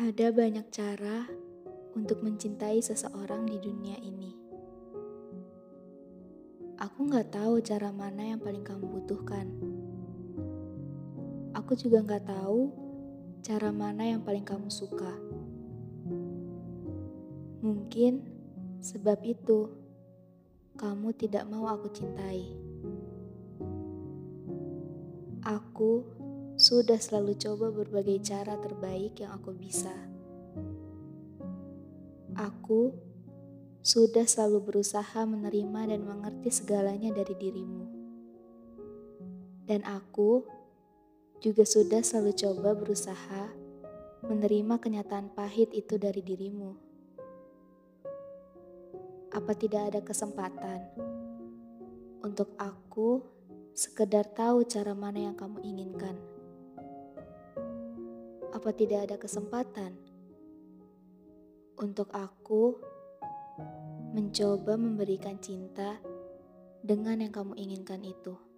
Ada banyak cara untuk mencintai seseorang di dunia ini. Aku nggak tahu cara mana yang paling kamu butuhkan. Aku juga nggak tahu cara mana yang paling kamu suka. Mungkin sebab itu kamu tidak mau aku cintai. Aku sudah selalu coba berbagai cara terbaik yang aku bisa. Aku sudah selalu berusaha menerima dan mengerti segalanya dari dirimu. Dan aku juga sudah selalu coba berusaha menerima kenyataan pahit itu dari dirimu. Apa tidak ada kesempatan untuk aku sekedar tahu cara mana yang kamu inginkan? Apa tidak ada kesempatan untuk aku mencoba memberikan cinta dengan yang kamu inginkan itu?